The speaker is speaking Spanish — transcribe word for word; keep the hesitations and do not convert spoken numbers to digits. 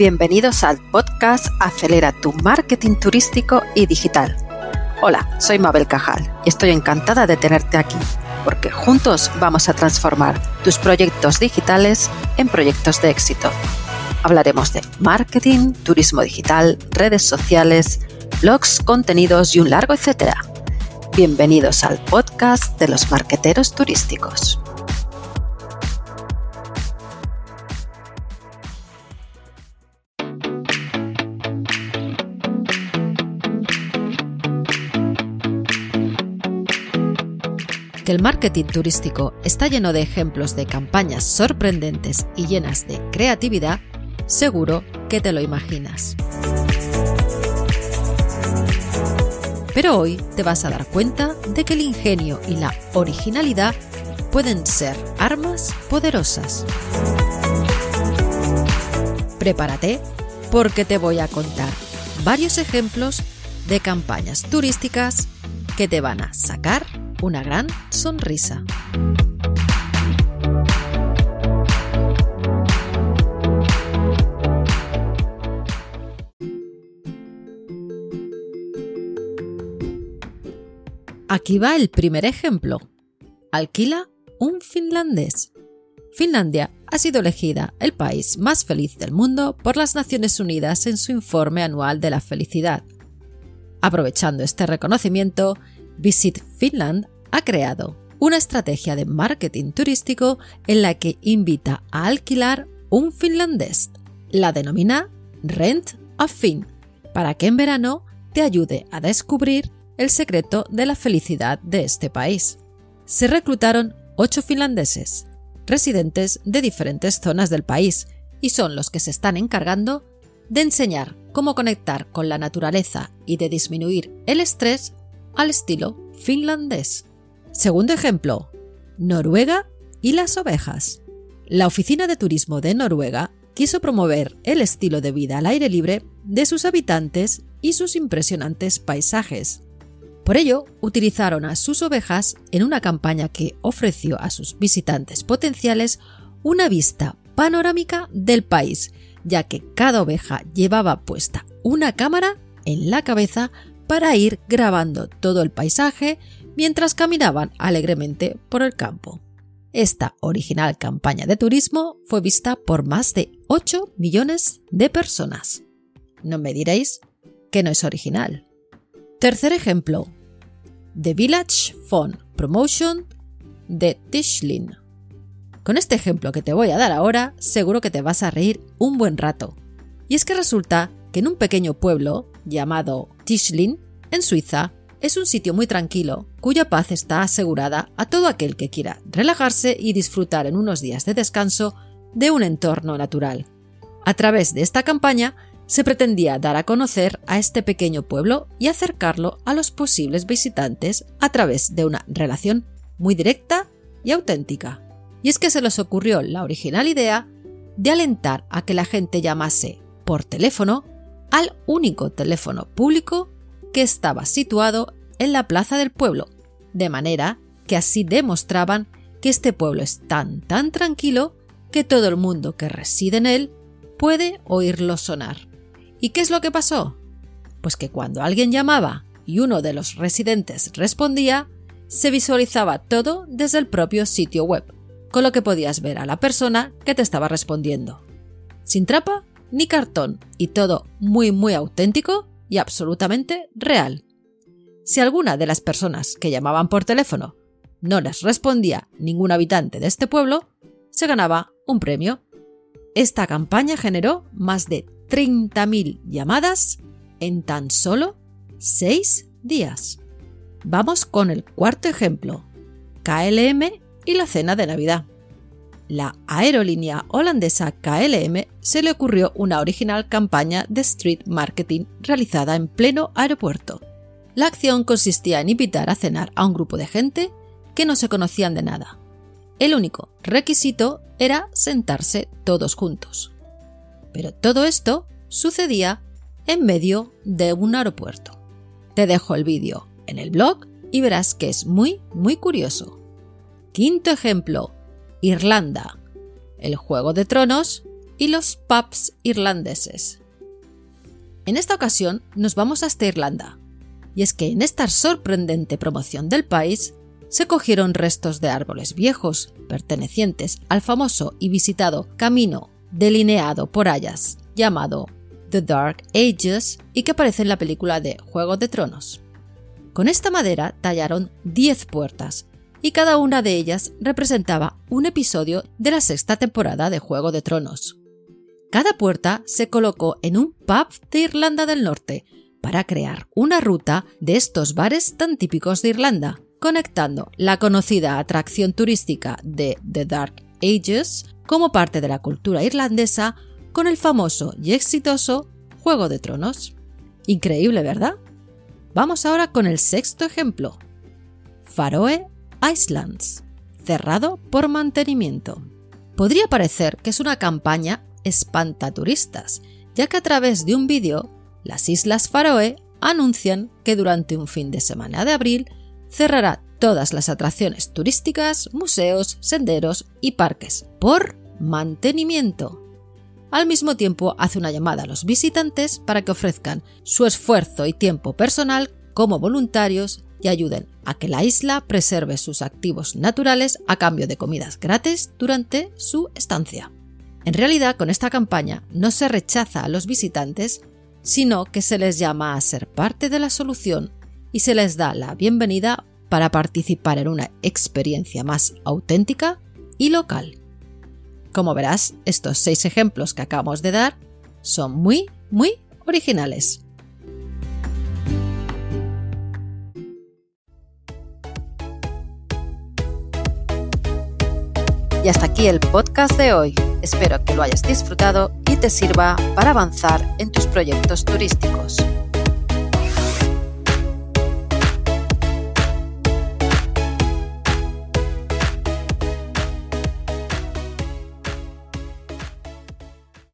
Bienvenidos al podcast Acelera tu marketing turístico y digital. Hola, soy Mabel Cajal y estoy encantada de tenerte aquí, porque juntos vamos a transformar tus proyectos digitales en proyectos de éxito. Hablaremos de marketing, turismo digital, redes sociales, blogs, contenidos y un largo etcétera. Bienvenidos al podcast de los marketeros turísticos. Que el marketing turístico está lleno de ejemplos de campañas sorprendentes y llenas de creatividad, seguro que te lo imaginas. Pero hoy te vas a dar cuenta de que el ingenio y la originalidad pueden ser armas poderosas. Prepárate, porque te voy a contar varios ejemplos de campañas turísticas que te van a sacar una gran sonrisa. Aquí va el primer ejemplo. Alquila un finlandés. Finlandia ha sido elegida el país más feliz del mundo por las Naciones Unidas en su informe anual de la felicidad. Aprovechando este reconocimiento, Visit Finland ha creado una estrategia de marketing turístico en la que invita a alquilar un finlandés. La denomina Rent a Finn, para que en verano te ayude a descubrir el secreto de la felicidad de este país. Se reclutaron ocho finlandeses, residentes de diferentes zonas del país, y son los que se están encargando de enseñar cómo conectar con la naturaleza y de disminuir el estrés al estilo finlandés. Segundo ejemplo, Noruega y las ovejas. La Oficina de Turismo de Noruega quiso promover el estilo de vida al aire libre de sus habitantes y sus impresionantes paisajes. Por ello, utilizaron a sus ovejas en una campaña que ofreció a sus visitantes potenciales una vista panorámica del país, ya que cada oveja llevaba puesta una cámara en la cabeza para ir grabando todo el paisaje mientras caminaban alegremente por el campo. Esta original campaña de turismo fue vista por más de ocho millones de personas. No me diréis que no es original. Tercer ejemplo, The Village Phone Promotion de Tishlin. Con este ejemplo que te voy a dar ahora, seguro que te vas a reír un buen rato. Y es que resulta que en un pequeño pueblo llamado Tishlin, en Suiza, es un sitio muy tranquilo, cuya paz está asegurada a todo aquel que quiera relajarse y disfrutar en unos días de descanso de un entorno natural. A través de esta campaña se pretendía dar a conocer a este pequeño pueblo y acercarlo a los posibles visitantes a través de una relación muy directa y auténtica. Y es que se les ocurrió la original idea de alentar a que la gente llamase por teléfono al único teléfono público que estaba situado en la plaza del pueblo, de manera que así demostraban que este pueblo es tan tan tranquilo que todo el mundo que reside en él puede oírlo sonar. ¿Y qué es lo que pasó? Pues que cuando alguien llamaba y uno de los residentes respondía, se visualizaba todo desde el propio sitio web, con lo que podías ver a la persona que te estaba respondiendo. Sin trapa ni cartón, y todo muy muy auténtico y absolutamente real. Si alguna de las personas que llamaban por teléfono no les respondía ningún habitante de este pueblo, se ganaba un premio. Esta campaña generó más de treinta mil llamadas en tan solo seis días. Vamos con el cuarto ejemplo, K L M y la cena de Navidad. La aerolínea holandesa K L M se le ocurrió una original campaña de street marketing realizada en pleno aeropuerto. La acción consistía en invitar a cenar a un grupo de gente que no se conocían de nada. El único requisito era sentarse todos juntos. Pero todo esto sucedía en medio de un aeropuerto. Te dejo el vídeo en el blog y verás que es muy, muy curioso. Quinto ejemplo, Irlanda. El Juego de Tronos y los pubs irlandeses. En esta ocasión nos vamos hasta Irlanda, y es que en esta sorprendente promoción del país se cogieron restos de árboles viejos pertenecientes al famoso y visitado camino delineado por hayas llamado The Dark Ages y que aparece en la película de Juego de Tronos. Con esta madera tallaron diez puertas y cada una de ellas representaba un episodio de la sexta temporada de Juego de Tronos. Cada puerta se colocó en un pub de Irlanda del Norte para crear una ruta de estos bares tan típicos de Irlanda, conectando la conocida atracción turística de The Dark Ages como parte de la cultura irlandesa con el famoso y exitoso Juego de Tronos. Increíble, ¿verdad? Vamos ahora con el sexto ejemplo. Faroe Islands, cerrado por mantenimiento. Podría parecer que es una campaña espantaturistas, ya que a través de un vídeo, las Islas Faroe anuncian que durante un fin de semana de abril cerrará todas las atracciones turísticas, museos, senderos y parques por mantenimiento. Al mismo tiempo hace una llamada a los visitantes para que ofrezcan su esfuerzo y tiempo personal como voluntarios y ayuden a que la isla preserve sus activos naturales a cambio de comidas gratis durante su estancia. En realidad, con esta campaña no se rechaza a los visitantes, sino que se les llama a ser parte de la solución y se les da la bienvenida para participar en una experiencia más auténtica y local. Como verás, estos seis ejemplos que acabamos de dar son muy, muy originales. Y hasta aquí el podcast de hoy. Espero que lo hayas disfrutado y te sirva para avanzar en tus proyectos turísticos.